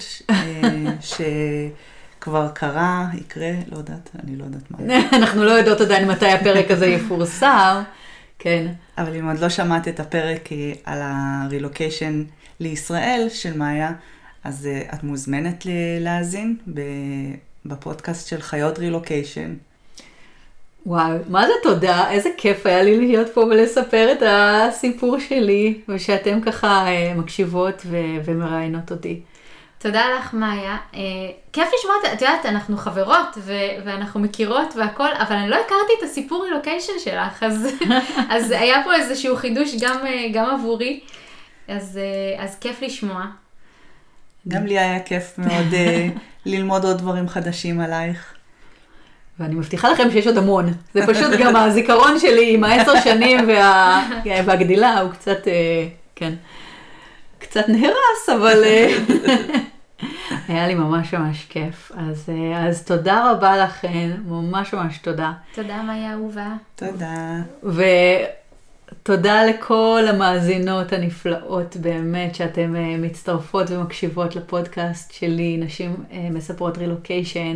שכבר קרה, יקרה, לא יודעת, אני לא יודעת מה. אנחנו לא יודעות עדיין מתי הפרק הזה יפורסם, כן. אבל אם עוד לא שמעת את הפרק על הרילוקיישן לישראל של מאיה, אז את מוזמנת להאזין בפודקאסט של חיות רילוקיישן. וואו, מה זה תודה, איזה כיף היה לי להיות פה ולספר את הסיפור שלי, ושאתם ככה מקשיבות ומראיינות אותי. תודה לך, מאיה. כיף לשמוע, את יודעת, אנחנו חברות ואנחנו מכירות והכל, אבל אני לא הכרתי את הסיפור רילוקיישן שלך, אז היה פה איזשהו חידוש גם עבורי, אז כיף לשמוע. גם לי היה כיף מאוד ללמוד עוד דברים חדשים עלייך. ואני מבטיחה לכם שיש עוד המון. זה פשוט גם הזיכרון שלי עם 10 שנים והגדילה הוא קצת, כן, קצת נהרס, אבל היה לי ממש ממש כיף. אז תודה רבה לכם, ממש ממש תודה. תודה, מאיה אהובה. תודה. תודה לכל המאזינות הנפלאות באמת, שאתן מצטרפות ומקשיבות לפודקאסט שלי, נשים מספרות רילוקיישן,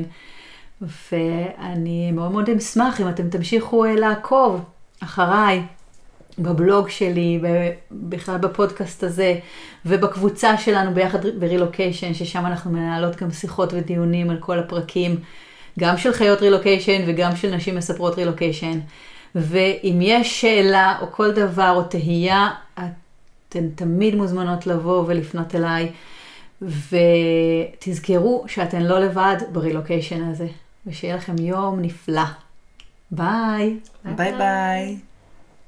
ואני מאוד מאוד אשמח אם אתם תמשיכו לעקוב אחריי בבלוג שלי, בכלל בפודקאסט הזה, ובקבוצה שלנו ביחד ברילוקיישן, ששם אנחנו מנהלות גם שיחות ודיונים על כל הפרקים, גם של חיות רילוקיישן וגם של נשים מספרות רילוקיישן. ואם יש שאלה או כל דבר או תהייה, אתן תמיד מוזמנות לבוא ולפנות אליי, ותזכרו שאתן לא לבד ברילוקיישן הזה, ושיהיה לכם יום נפלא. ביי. ביי ביי.